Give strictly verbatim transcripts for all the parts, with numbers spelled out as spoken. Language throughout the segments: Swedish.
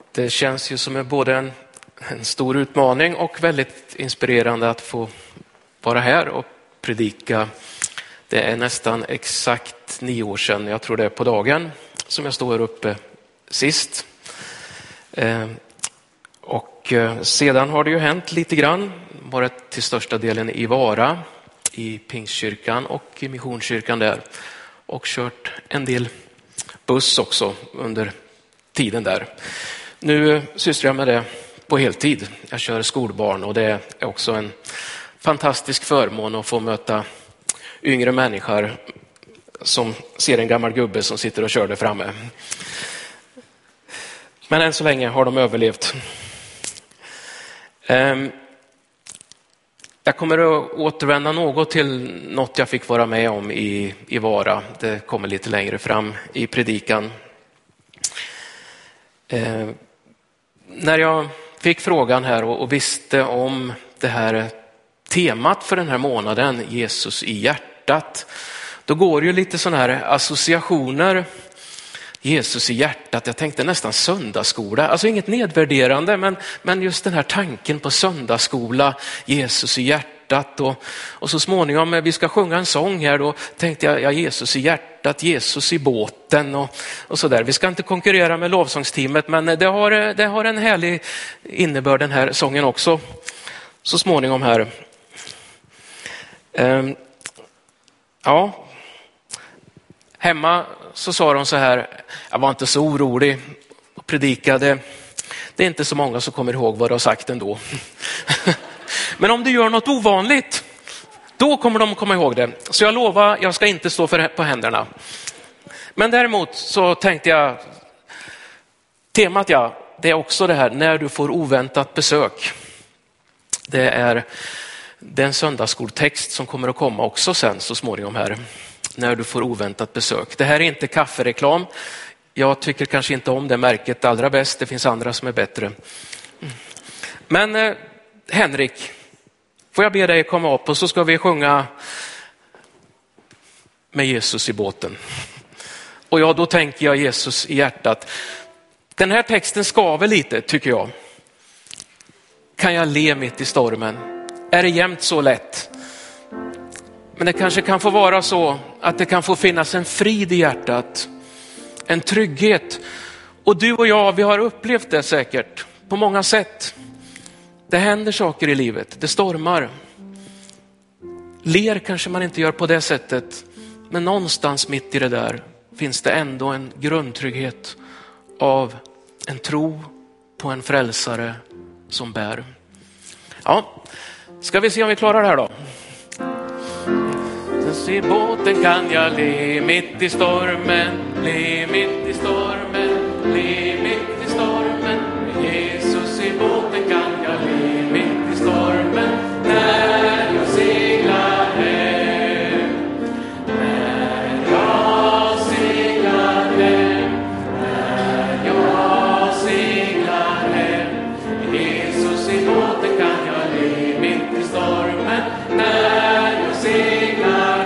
Det känns ju som en, både en, en stor utmaning och väldigt inspirerande att få vara här och predika. Det är nästan exakt nio år sedan, jag tror det är på dagen, som jag står här uppe sist. Eh, och eh, sedan har det ju hänt lite grann, varit till största delen i Vara, i Pingstkyrkan och i Missionskyrkan där. Och kört en del buss också under tiden där. Nu sysslar jag med det på heltid. Jag kör skolbarn och det är också en fantastisk förmån att få möta yngre människor som ser en gammal gubbe som sitter och kör där framme. Men än så länge har de överlevt. Jag kommer att återvända något till något jag fick vara med om i, i Vara. Det kommer lite längre fram i predikan. Eh, när jag fick frågan här och, och visste om det här temat för den här månaden, Jesus i hjärtat, då går ju lite sådana här associationer. Jesus i hjärtat, jag tänkte nästan söndagsskola, alltså inget nedvärderande, men, men just den här tanken på söndagsskola, Jesus i hjärtat, och, och så småningom vi ska sjunga en sång här, då tänkte jag ja, Jesus i hjärtat, Jesus i båten och, och sådär. Vi ska inte konkurrera med lovsångsteamet, men det har, det har en härlig innebörd den här sången också, så småningom här. Ehm, ja, hemma så sa de så här, jag var inte så orolig och predikade. Det är inte så många som kommer ihåg vad du har sagt ändå. Men om du gör något ovanligt, då kommer de att komma ihåg det. Så jag lovar, jag ska inte stå för, på händerna. Men däremot så tänkte jag, temat ja, det är också det här, när du får oväntat besök. Det är den söndagsskoltext som kommer att komma också sen så småningom här. När du får oväntat besök. Det här är inte kaffereklam. Jag tycker kanske inte om det märket allra bäst. Det finns andra som är bättre. Men eh, Henrik, får jag be dig komma upp och så ska vi sjunga med Jesus i båten. Och ja, då tänker jag Jesus i hjärtat. Den här texten skaver lite, tycker jag. Kan jag le mitt i stormen? Är det jämt så lätt? Men det kanske kan få vara så att det kan få finnas en frid i hjärtat, en trygghet. Och du och jag, vi har upplevt det säkert på många sätt. Det händer saker i livet, det stormar. Ler kanske man inte gör på det sättet, men någonstans mitt i det där finns det ändå en grundtrygghet av en tro på en frälsare som bär. Ja, ska vi se om vi klarar det här då. I båten kan jag le mitt i stormen, le mitt i stormen, le mitt i stormen. Jesus i båten kan jag le mitt i stormen, när jag seglar hem. När jag seglar hem, när jag seglar hem. Jesus i båten kan jag le mitt i stormen, när jag seglar.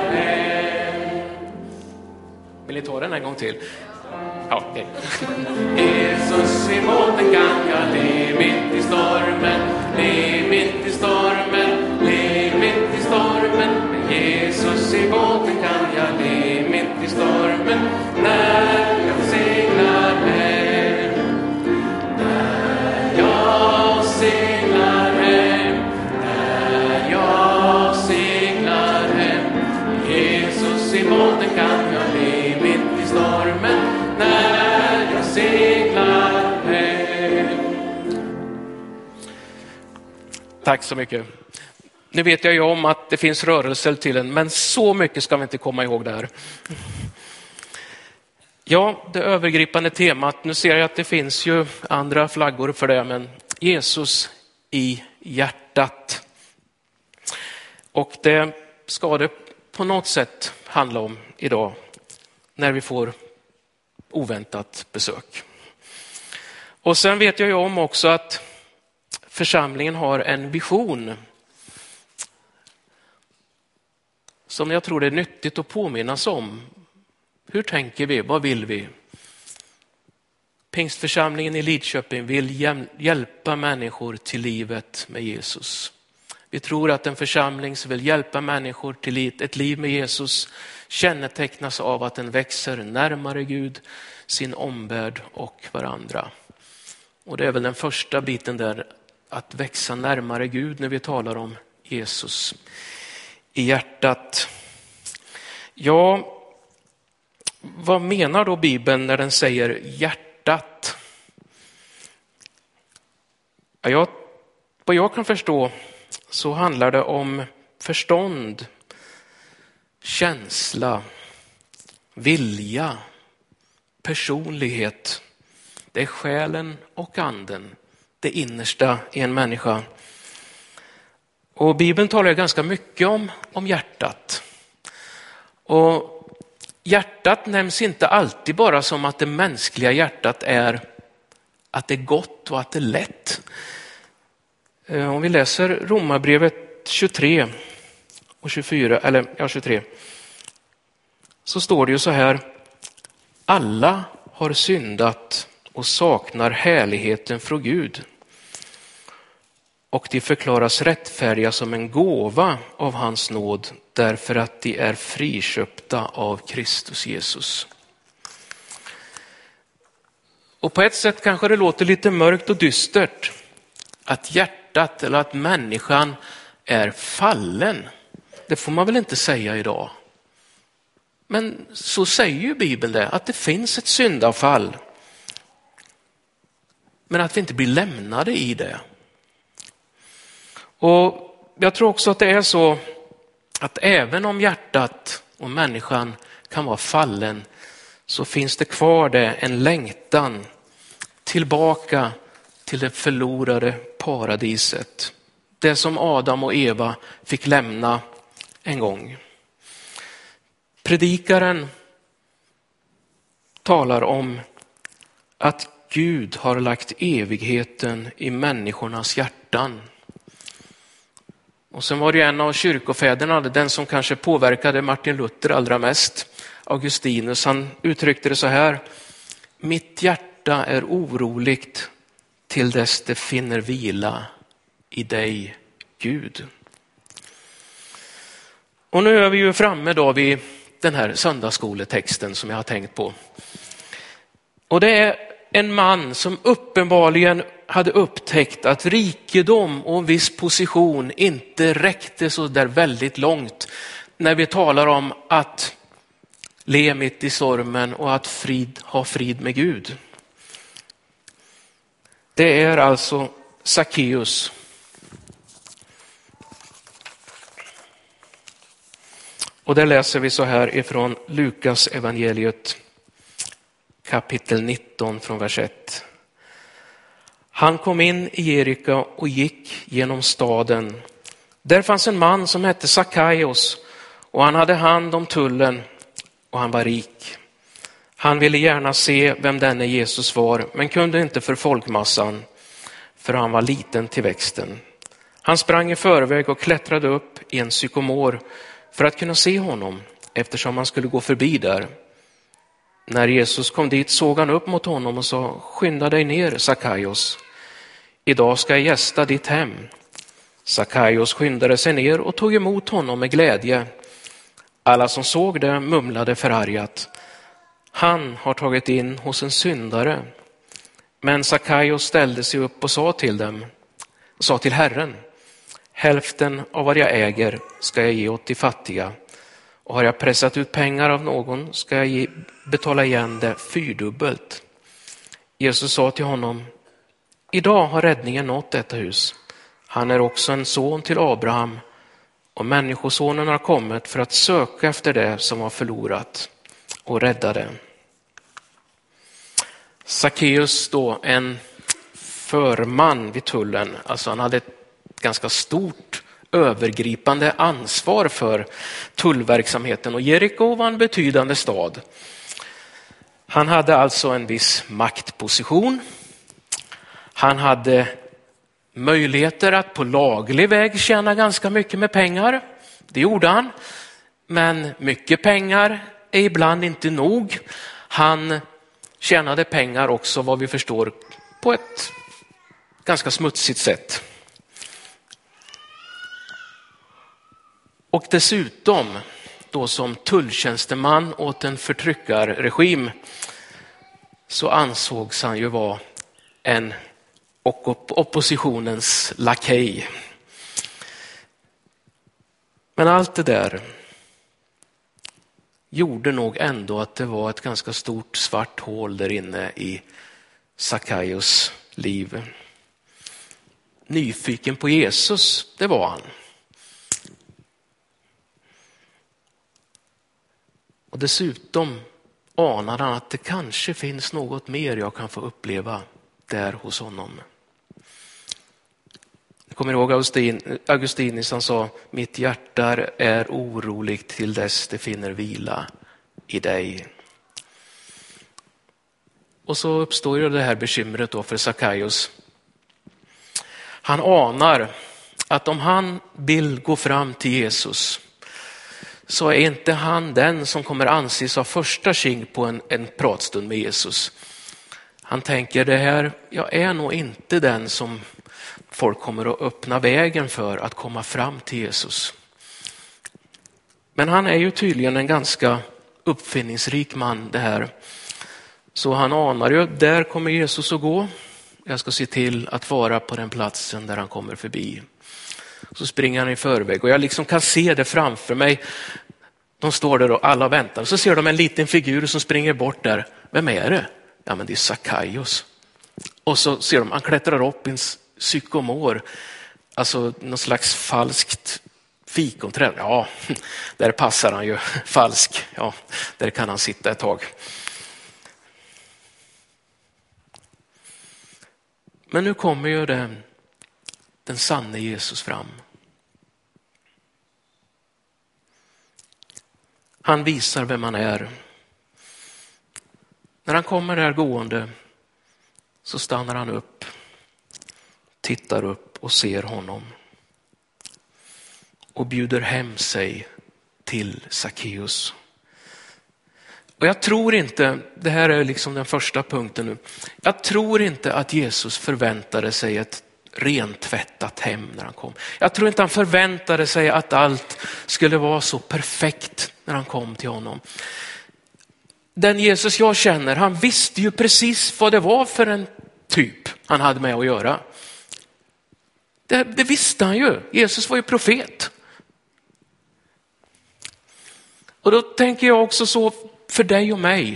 Vill ni ta den en gång till? Ja, okej. Jesus i båten kan jag le mitt i stormen, le mitt i stormen, le mitt i stormen. Jesus i båten kan jag le mitt i stormen, när jag seglar hem. När jag seglar hem, när jag seglar hem. Jesus i båten kan jag le mitt i stormen, när jag seglar hem. Tack så mycket. Nu vet jag ju om att det finns rörelser till en, men så mycket ska vi inte komma ihåg där. Ja, det övergripande temat, nu ser jag att det finns ju andra flaggor för det, men Jesus i hjärtat. Och det ska det på något sätt handla om idag när vi får oväntat besök. Och sen vet jag ju om också att församlingen har en vision som jag tror det är nyttigt att påminnas om. Hur tänker vi? Vad vill vi? Pingstförsamlingen i Lidköping vill hjälpa människor till livet med Jesus. Vi tror att en församling som vill hjälpa människor till ett liv med Jesus kännetecknas av att den växer närmare Gud, sin omvärld och varandra. Och det är väl den första biten där, att växa närmare Gud när vi talar om Jesus i hjärtat. Ja, vad menar då Bibeln när den säger hjärtat? Ja, jag, vad jag kan förstå så handlar det om förstånd, känsla, vilja, personlighet. Det är själen och anden, det innersta i en människa. Och Bibeln talar ganska mycket om, om hjärtat. Och hjärtat nämns inte alltid bara som att det mänskliga hjärtat är att det är gott och att det är lätt. Om vi läser Romarbrevet tjugotre och tjugofyra, eller ja, tjugotre, så står det ju så här: alla har syndat och saknar härligheten från Gud, och de förklaras rättfärdiga som en gåva av hans nåd, därför att de är friköpta av Kristus Jesus. Och på ett sätt kanske det låter lite mörkt och dystert att hjärtat eller att människan är fallen. Det får man väl inte säga idag. Men så säger ju Bibeln det, att det finns ett syndafall. Men att vi inte blir lämnade i det. Och jag tror också att det är så att även om hjärtat och människan kan vara fallen, så finns det kvar det en längtan tillbaka till det förlorade paradiset. Det som Adam och Eva fick lämna en gång. Predikaren talar om att Gud har lagt evigheten i människornas hjärtan. Och sen var det en av kyrkofäderna, den som kanske påverkade Martin Luther allra mest, Augustinus. Han uttryckte det så här: mitt hjärta är oroligt till dess det finner vila i dig, Gud. Och nu är vi ju framme då vid den här söndagsskoletexten som jag har tänkt på. Och det är en man som uppenbarligen hade upptäckt att rikedom och en viss position inte räckte så där väldigt långt när vi talar om att le mitt i stormen och att frid, ha frid med Gud. Det är alltså Sackeus. Och där läser vi så här ifrån Lukas evangeliet kapitel nitton från vers ett. Han kom in i Jeriko och gick genom staden. Där fanns en man som hette Sackaios, och han hade hand om tullen och han var rik. Han ville gärna se vem denne Jesus var, men kunde inte för folkmassan, för han var liten till växten. Han sprang i förväg och klättrade upp i en sykomor för att kunna se honom, eftersom han skulle gå förbi där. När Jesus kom dit såg han upp mot honom och sa: skynda dig ner, Sackaios. Idag ska jag gästa ditt hem. Sackaios skyndade sig ner och tog emot honom med glädje. Alla som såg det mumlade förargat: han har tagit in hos en syndare. Men Sackaios ställde sig upp och sa till dem, sa till Herren: hälften av vad jag äger ska jag ge åt de fattiga, och har jag pressat ut pengar av någon ska jag ge, betala igen det fyrdubbelt. Jesus sa till honom: idag har räddningen nått detta hus. Han är också en son till Abraham, och människosonen har kommit för att söka efter det som var förlorat och rädda det. Sackeus då, en förman vid tullen, alltså han hade ett ganska stort övergripande ansvar för tullverksamheten, och Jeriko var en betydande stad. Han hade alltså en viss maktposition. Han hade möjligheter att på laglig väg tjäna ganska mycket med pengar. Det gjorde han. Men mycket pengar är ibland inte nog. Han tjänade pengar också, vad vi förstår, på ett ganska smutsigt sätt. Och dessutom då som tulltjänsteman åt en förtryckarregim så ansågs han ju vara en oppositionens lakej. Men allt det där gjorde nog ändå att det var ett ganska stort svart hål där inne i Sackaios liv. Nyfiken på Jesus, det var han. Och dessutom anade han att det kanske finns något mer jag kan få uppleva där hos honom. Jag kommer ihåg Augustin, Augustinus, han sa, mitt hjärta är oroligt till dess det finner vila i dig. Och så uppstår ju det här bekymret då för Sackaios. Han anar att om han vill gå fram till Jesus så är inte han den som kommer anses ha första king på en, en pratstund med Jesus. Han tänker det här, jag är nog inte den som folk kommer att öppna vägen för att komma fram till Jesus. Men han är ju tydligen en ganska uppfinningsrik man det här. Så han anar ju, där kommer Jesus att gå. Jag ska se till att vara på den platsen där han kommer förbi. Så springer han i förväg och jag liksom kan se det framför mig. De står där och alla väntar. Så ser de en liten figur som springer bort där. Vem är det? Ja, men det är Sackaios. Och så ser de, han klättrar upp i en sykomor. Alltså någon slags falskt fikonträd. Ja, där passar han ju. Falsk. Ja, där kan han sitta ett tag. Men nu kommer ju den, den sanne Jesus fram. Han visar vem han är. När han kommer där gående så stannar han upp, tittar upp och ser honom. Och bjuder hem sig till Sackeus. Och jag tror inte, det här är liksom den första punkten nu. Jag tror inte att Jesus förväntade sig ett rentvättat hem när han kom. Jag tror inte han förväntade sig att allt skulle vara så perfekt när han kom till honom. Den Jesus jag känner, han visste ju precis vad det var för en typ han hade med att göra. Det, det visste han ju. Jesus var ju profet. Och då tänker jag också så för dig och mig.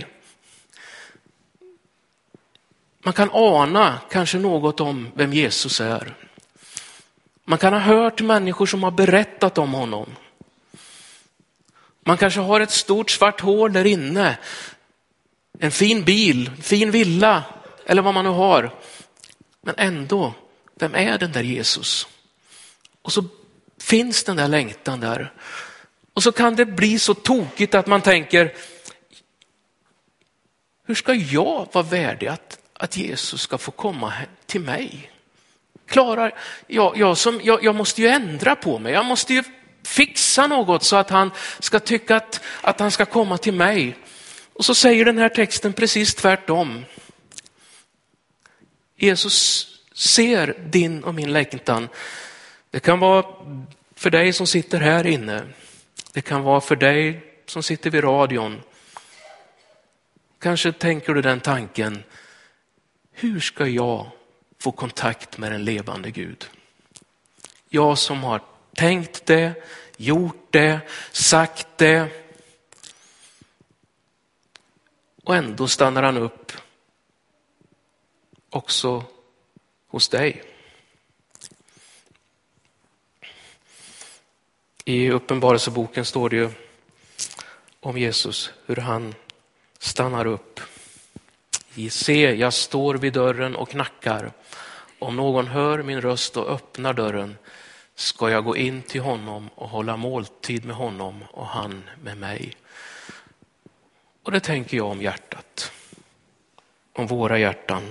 Man kan ana kanske något om vem Jesus är. Man kan ha hört människor som har berättat om honom. Man kanske har ett stort svart hål där inne. En fin bil, en fin villa eller vad man nu har. Men ändå, vem är den där Jesus? Och så finns den där längtan där. Och så kan det bli så tokigt att man tänker, hur ska jag vara värdig att, att Jesus ska få komma till mig? Klarar, jag, jag, som, jag, jag måste ju ändra på mig. Jag måste ju fixa något så att han ska tycka att, att han ska komma till mig. Och så säger den här texten precis tvärtom. Jesus ser din och min längtan. Det kan vara för dig som sitter här inne. Det kan vara för dig som sitter vid radion. Kanske tänker du den tanken. Hur ska jag få kontakt med den levande Gud? Jag som har tänkt det, gjort det, sagt det. Och ändå stannar han upp också hos dig. I Uppenbarelseboken står det ju om Jesus, hur han stannar upp. Se, jag står vid dörren och knackar. Om någon hör min röst och öppnar dörren ska jag gå in till honom och hålla måltid med honom och han med mig. Och det tänker jag om hjärtat. Om våra hjärtan.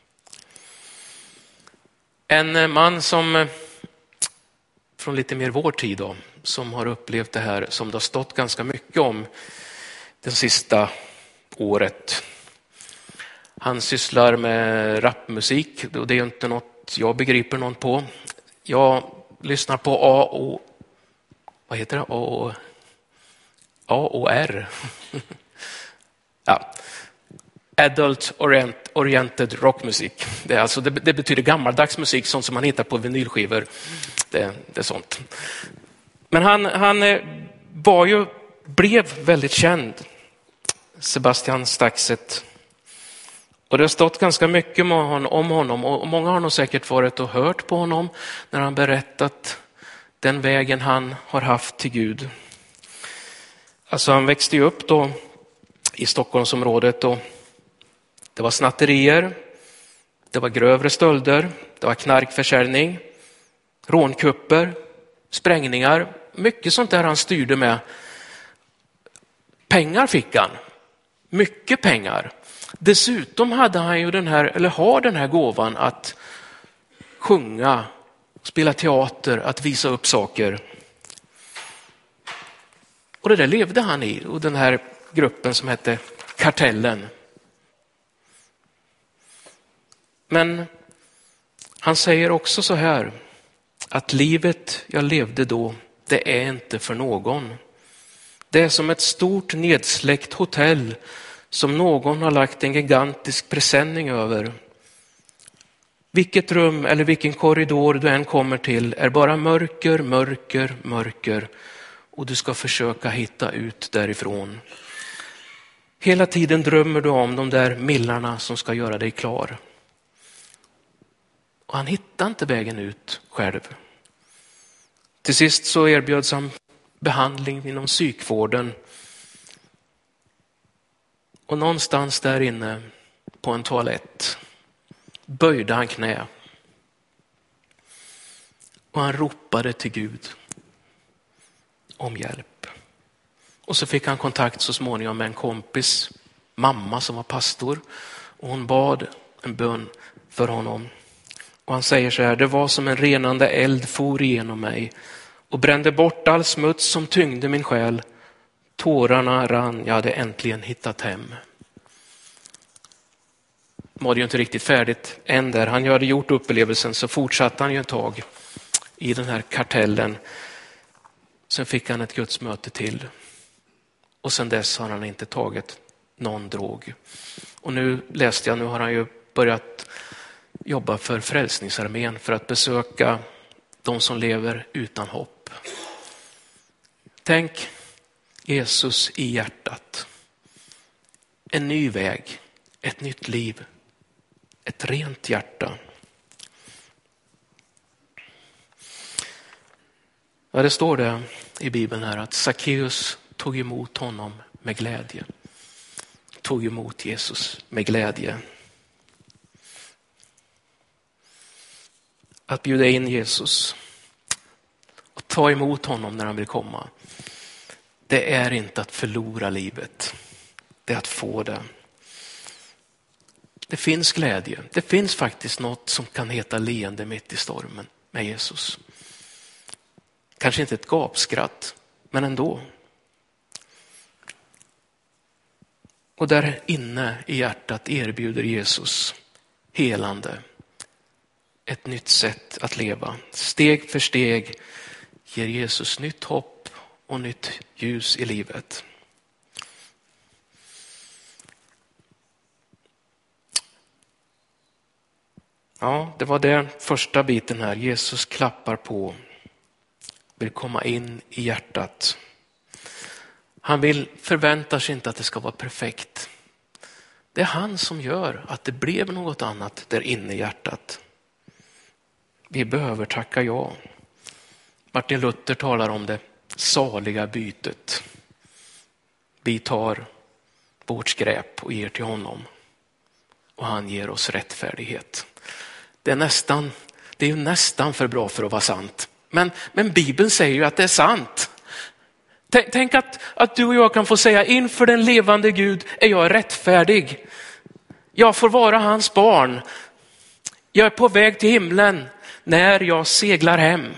En man som från lite mer vår tid då, som har upplevt det här som det har stått ganska mycket om det sista året. Han sysslar med rapmusik och det är inte något jag begriper någon på. Jag lyssnar på A och vad heter det? A och, A och R. Ja. Adult oriented rockmusik. Det, är alltså, det, det betyder gammaldags musik, sånt som man hittar på vinylskivor. Det, det är sånt. Men han, han var ju, blev väldigt känd, Sebastian Staxet. Och det har stått ganska mycket om honom och många har nog säkert varit och hört på honom när han berättat den vägen han har haft till Gud. Alltså han växte ju upp då i Stockholmsområdet och det var snatterier, det var grövre stölder, det var knarkförsäljning, rånkupper, sprängningar, mycket sånt där han styrde med. Pengar fick han, mycket pengar. Dessutom hade han ju den här, eller har den här gåvan att sjunga, spela teater, att visa upp saker. Och det där levde han i, och den här gruppen som hette Kartellen. Men han säger också så här, att livet jag levde då, det är inte för någon. Det är som ett stort nedsläckt hotell som någon har lagt en gigantisk presenning över. Vilket rum eller vilken korridor du än kommer till är bara mörker, mörker, mörker. Och du ska försöka hitta ut därifrån. Hela tiden drömmer du om de där millarna som ska göra dig klar. Och han hittar inte vägen ut själv. Till sist så erbjöds han behandling inom psykvården. Och någonstans där inne på en toalett böjde han knä. Och han ropade till Gud om hjälp. Och så fick han kontakt så småningom med en kompis, mamma som var pastor. Och hon bad en bön för honom. Och han säger så här, det var som en renande eld for igenom mig och brände bort all smuts som tyngde min själ. Tårarna rann, jag hade äntligen hittat hem. Var det ju inte riktigt färdigt än där. Han hade gjort upplevelsen, så fortsatte han ju ett tag i den här kartellen. Sen fick han ett gudsmöte till. Och sen dess har han inte tagit någon drog. Och nu läste jag, nu har han ju börjat jobba för Frälsningsarmén för att besöka de som lever utan hopp. Tänk Jesus i hjärtat. En ny väg, ett nytt liv, ett rent hjärta. Ja, det står det i Bibeln här att Sackeus tog emot honom med glädje. Tog emot Jesus med glädje. Att bjuda in Jesus och ta emot honom när han vill komma. Det är inte att förlora livet. Det är att få det. Det finns glädje. Det finns faktiskt något som kan heta leende mitt i stormen med Jesus. Kanske inte ett gapskratt, men ändå. Och där inne i hjärtat erbjuder Jesus helande. Ett nytt sätt att leva. Steg för steg ger Jesus nytt hopp och nytt ljus i livet. Ja, det var den första biten här. Jesus klappar på. Vill komma in i hjärtat. Han vill förväntar sig inte att det ska vara perfekt. Det är han som gör att det blev något annat där inne i hjärtat. Vi behöver tacka ja. Martin Luther talar om det saliga bytet. Vi tar vårt skräp och ger till honom. Och han ger oss rättfärdighet. Det är nästan, det är ju nästan för bra för att vara sant. Men, men Bibeln säger ju att det är sant. Tänk, tänk att, att du och jag kan få säga inför den levande Gud är jag rättfärdig. Jag får vara hans barn. Jag är på väg till himlen när jag seglar hem.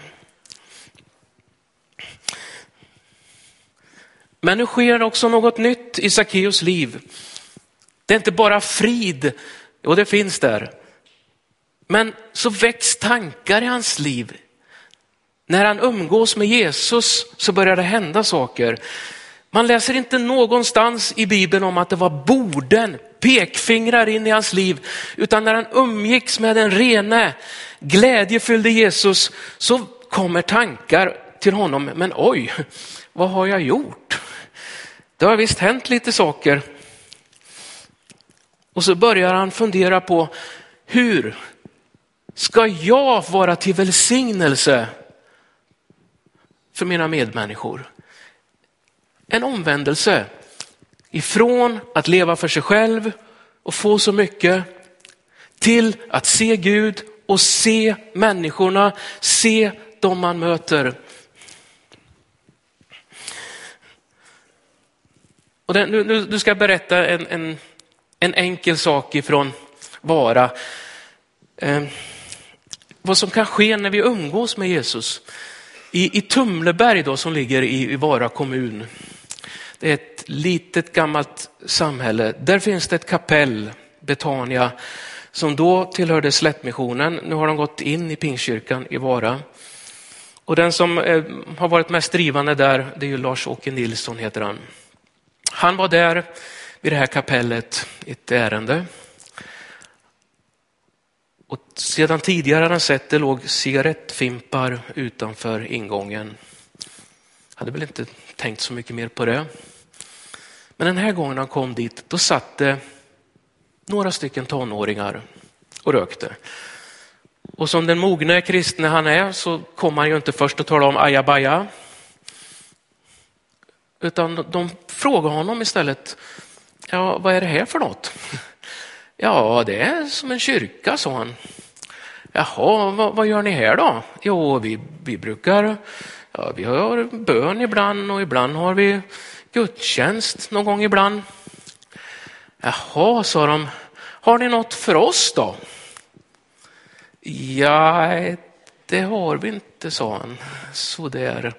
Men nu sker också något nytt i Sackeus liv. Det är inte bara frid, och det finns där. Men så väcks tankar i hans liv. När han umgås med Jesus så börjar det hända saker. Man läser inte någonstans i Bibeln om att det var borden, pekfingrar in i hans liv. Utan när han umgicks med den rene, glädjefyllde Jesus så kommer tankar till honom. Men oj, vad har jag gjort? Det har visst hänt lite saker. Och så börjar han fundera på hur ska jag vara till välsignelse för mina medmänniskor? En omvändelse ifrån att leva för sig själv och få så mycket till att se Gud och se människorna, se dem man möter. Och det, nu, nu ska jag berätta en, en, en enkel sak ifrån Vara. Eh, vad som kan ske när vi umgås med Jesus. I, i Tumleberg då, som ligger i, i Vara kommun. Det är ett litet gammalt samhälle. Där finns det ett kapell, Betania, som då tillhörde Slättmissionen. Nu har de gått in i Pingstkyrkan i Vara. Och den som eh, har varit mest drivande där, det är ju Lars-Åke Nilsson heter han. Han var där vid det här kapellet i ett ärende. Och sedan tidigare hade han sett det låg cigarettfimpar utanför ingången. Hade väl inte tänkt så mycket mer på det. Men den här gången han kom dit, då satt det några stycken tonåringar och rökte. Och som den mogne kristne han är så kom han ju inte först att tala om ajabaja. Utan de frågade honom istället, ja, vad är det här för något? Ja, det är som en kyrka, sa han. Jaha, vad, vad gör ni här då? Jo, vi, vi brukar, ja, vi har bön ibland och ibland har vi gudstjänst någon gång ibland. Jaha, sa de, har ni något för oss då? Ja, det har vi inte, sa han. Så där.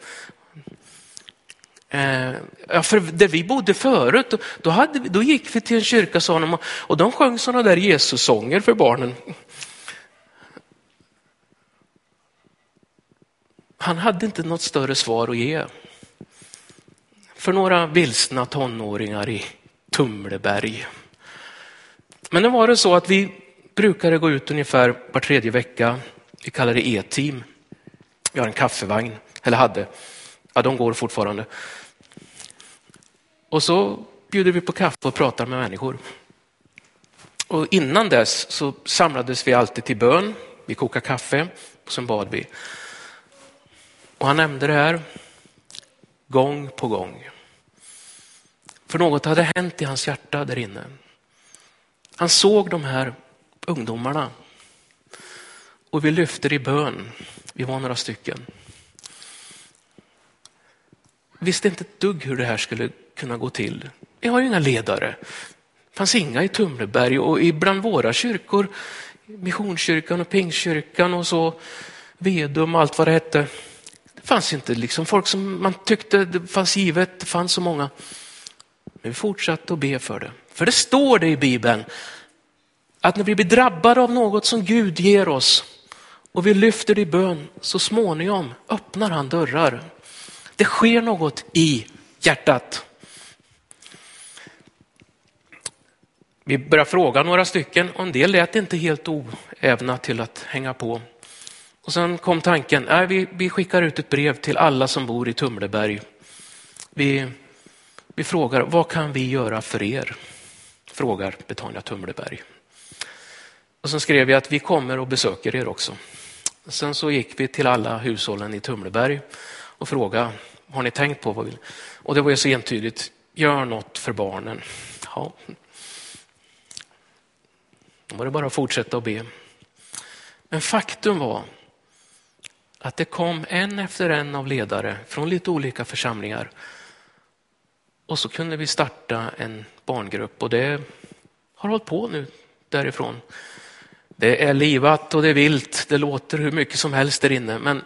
Eh, ja, för där vi bodde förut, då, då, hade vi, då gick vi till en kyrka, sa de, och de sjöng såna där Jesus-sånger för barnen. Han hade inte något större svar att ge. För några vilsna tonåringar i Tumleberg. Men det var det så att vi brukade gå ut ungefär var tredje vecka. Vi kallar det E-team. Vi har en kaffevagn, eller hade. Ja, de går fortfarande. Och så bjuder vi på kaffe och pratar med människor. Och innan dess så samlades vi alltid till bön. Vi kokade kaffe och sen bad vi. Och han nämnde det här gång på gång. För något hade hänt i hans hjärta där inne. Han såg de här ungdomarna. Och vi lyfte i bön. Vi var några stycken. Visste inte ett dugg hur det här skulle kunna gå till. Vi har ju inga ledare. Det fanns inga i Tumleberg, och ibland våra kyrkor, Missionskyrkan och Pingstkyrkan och så Vedum och allt vad det hette. Det fanns inte liksom folk som man tyckte det fanns givet, det fanns så många. Men vi fortsatte att be för det. För det står det i Bibeln att när vi blir drabbade av något som Gud ger oss och vi lyfter det i bön, så småningom öppnar han dörrar. Det sker något i hjärtat. Vi börjar fråga några stycken, och en del lät inte helt oävna till att hänga på. Och sen kom tanken, nej, vi, vi skickar ut ett brev till alla som bor i Tumleberg. Vi, vi frågar, vad kan vi göra för er? Frågar Betania Tumleberg. Och sen skrev vi att vi kommer och besöker er också. Sen så gick vi till alla hushållen i Tumleberg och frågade, har ni tänkt på vad vi vill? Och det var ju så entydigt, gör något för barnen. Ja. Då var det bara att fortsätta att be. Men faktum var att det kom en efter en av ledare från lite olika församlingar. Och så kunde vi starta en barngrupp, och det har hållit på nu därifrån. Det är livat och det är vilt, det låter hur mycket som helst där inne. Men,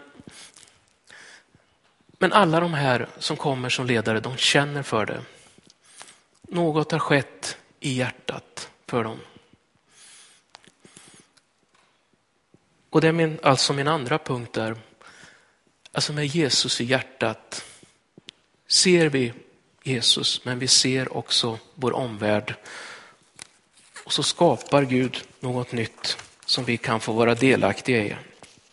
men alla de här som kommer som ledare, de känner för det. Något har skett i hjärtat för dem. Och det är min, alltså min andra punkt där. Alltså med Jesus i hjärtat ser vi Jesus, men vi ser också vår omvärld. Och så skapar Gud något nytt som vi kan få vara delaktiga i.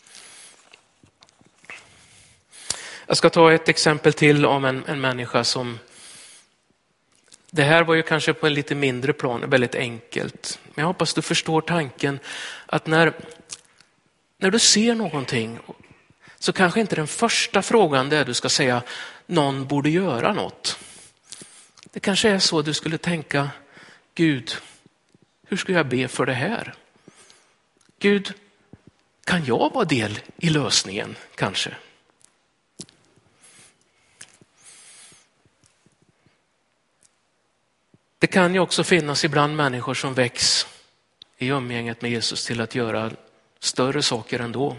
Jag ska ta ett exempel till om en, en människa som... Det här var ju kanske på en lite mindre plan, väldigt enkelt. Men jag hoppas du förstår tanken att när, när du ser någonting så kanske inte den första frågan där du ska säga någon borde göra något. Det kanske är så att du skulle tänka, Gud, hur ska jag be för det här? Gud, kan jag vara del i lösningen kanske? Det kan ju också finnas ibland människor som väcks i umgänget med Jesus till att göra större saker ändå.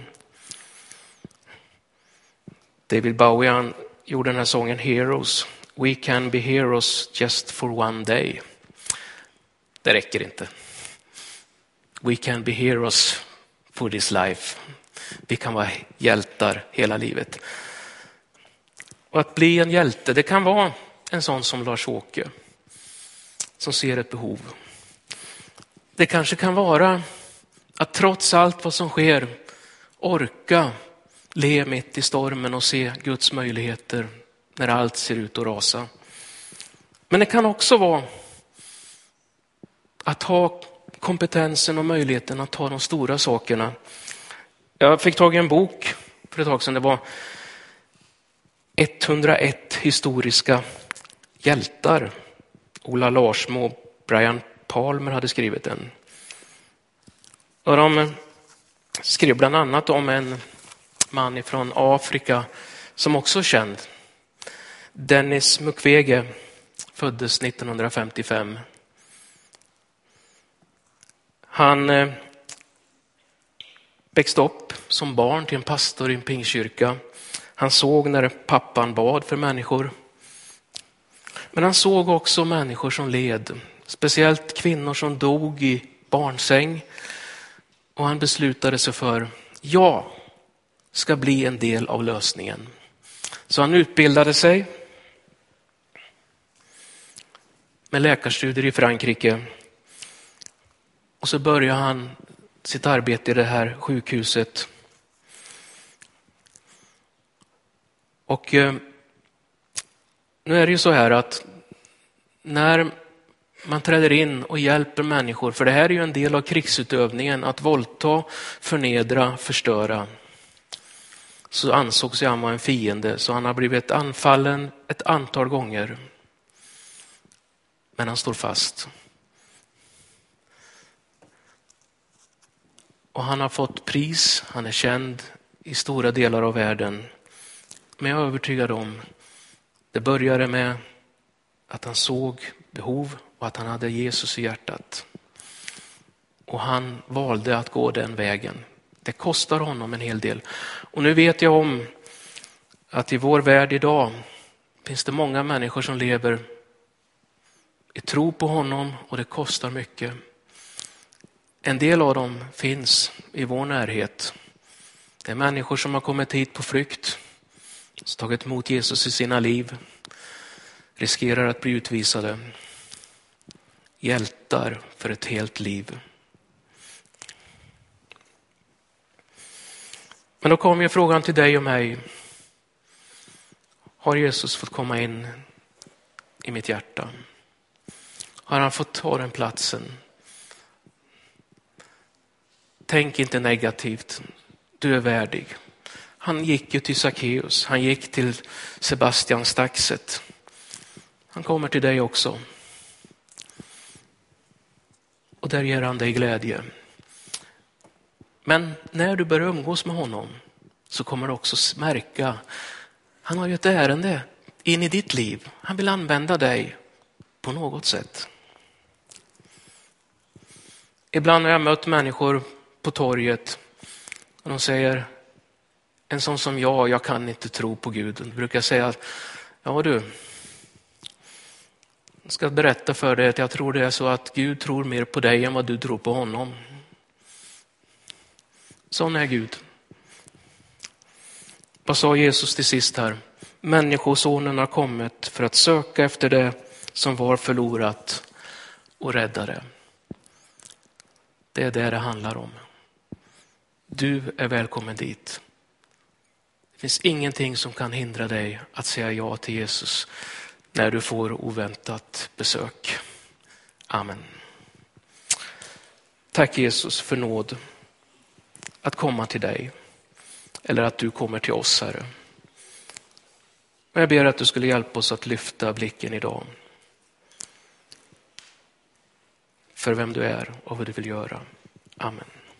David Bowie han gjorde den här sången Heroes. We can be heroes just for one day. Det räcker inte. We can be heroes for this life. Vi kan vara hjältar hela livet. Och att bli en hjälte, det kan vara en sån som Lars-Åke som ser ett behov. Det kanske kan vara att trots allt vad som sker orka le mitt i stormen och se Guds möjligheter när allt ser ut att rasa. Men det kan också vara att ha kompetensen och möjligheten att ta de stora sakerna. Jag fick tag i en bok för ett tag sedan. Det var etthundraett historiska hjältar. Ola Larsmo och Brian Palmer hade skrivit den. Och de skrev bland annat om en man från Afrika som också är känd. Dennis Mukwege föddes nittonhundrafemtiofem. Han växte upp som barn till en pastor i en pingkyrka. Han såg när pappan bad för människor. Men han såg också människor som led. Speciellt kvinnor som dog i barnsäng. Och han beslutade sig för, jag ska bli en del av lösningen. Så han utbildade sig med läkarstudier i Frankrike. Och så började han sitt arbete i det här sjukhuset. Och eh, nu är det ju så här att när man träder in och hjälper människor, för det här är ju en del av krigsutövningen, att våldta, förnedra, förstöra, så ansågs han vara en fiende, så han har blivit anfallen ett antal gånger. Men han står fast. Och han har fått pris, han är känd i stora delar av världen. Men jag är övertygad om, det började med att han såg behov och att han hade Jesus i hjärtat. Och han valde att gå den vägen. Det kostar honom en hel del. Och nu vet jag om att i vår värld idag finns det många människor som lever i tro på honom och det kostar mycket. En del av dem finns i vår närhet. Det är människor som har kommit hit på flykt, som tagit emot Jesus i sina liv, riskerar att bli utvisade. Hjältar för ett helt liv. Men då kommer ju frågan till dig och mig. Har Jesus fått komma in i mitt hjärta? Har han fått ta den platsen? Tänk inte negativt. Du är värdig. Han gick ju till Sackeus. Han gick till Sebastian Staxet. Han kommer till dig också. Och där ger han dig glädje. Men när du börjar umgås med honom så kommer du också märka, han har ju ett ärende in i ditt liv. Han vill använda dig på något sätt. Ibland har jag mött människor på torget och de säger, en sån som jag, jag kan inte tro på Gud. De brukar säga, ja du, Jag ska berätta för dig att jag tror det är så att Gud tror mer på dig än vad du tror på honom. Sån är Gud. Vad sa Jesus till sist här? Människosonen har kommit för att söka efter det som var förlorat och rädda det. Det är det det handlar om. Du är välkommen dit. Det finns ingenting som kan hindra dig att säga ja till Jesus när du får oväntat besök. Amen. Tack Jesus för nåd att komma till dig. Eller att du kommer till oss, Herre. Och jag ber att du skulle hjälpa oss att lyfta blicken idag. För vem du är och vad du vill göra. Amen.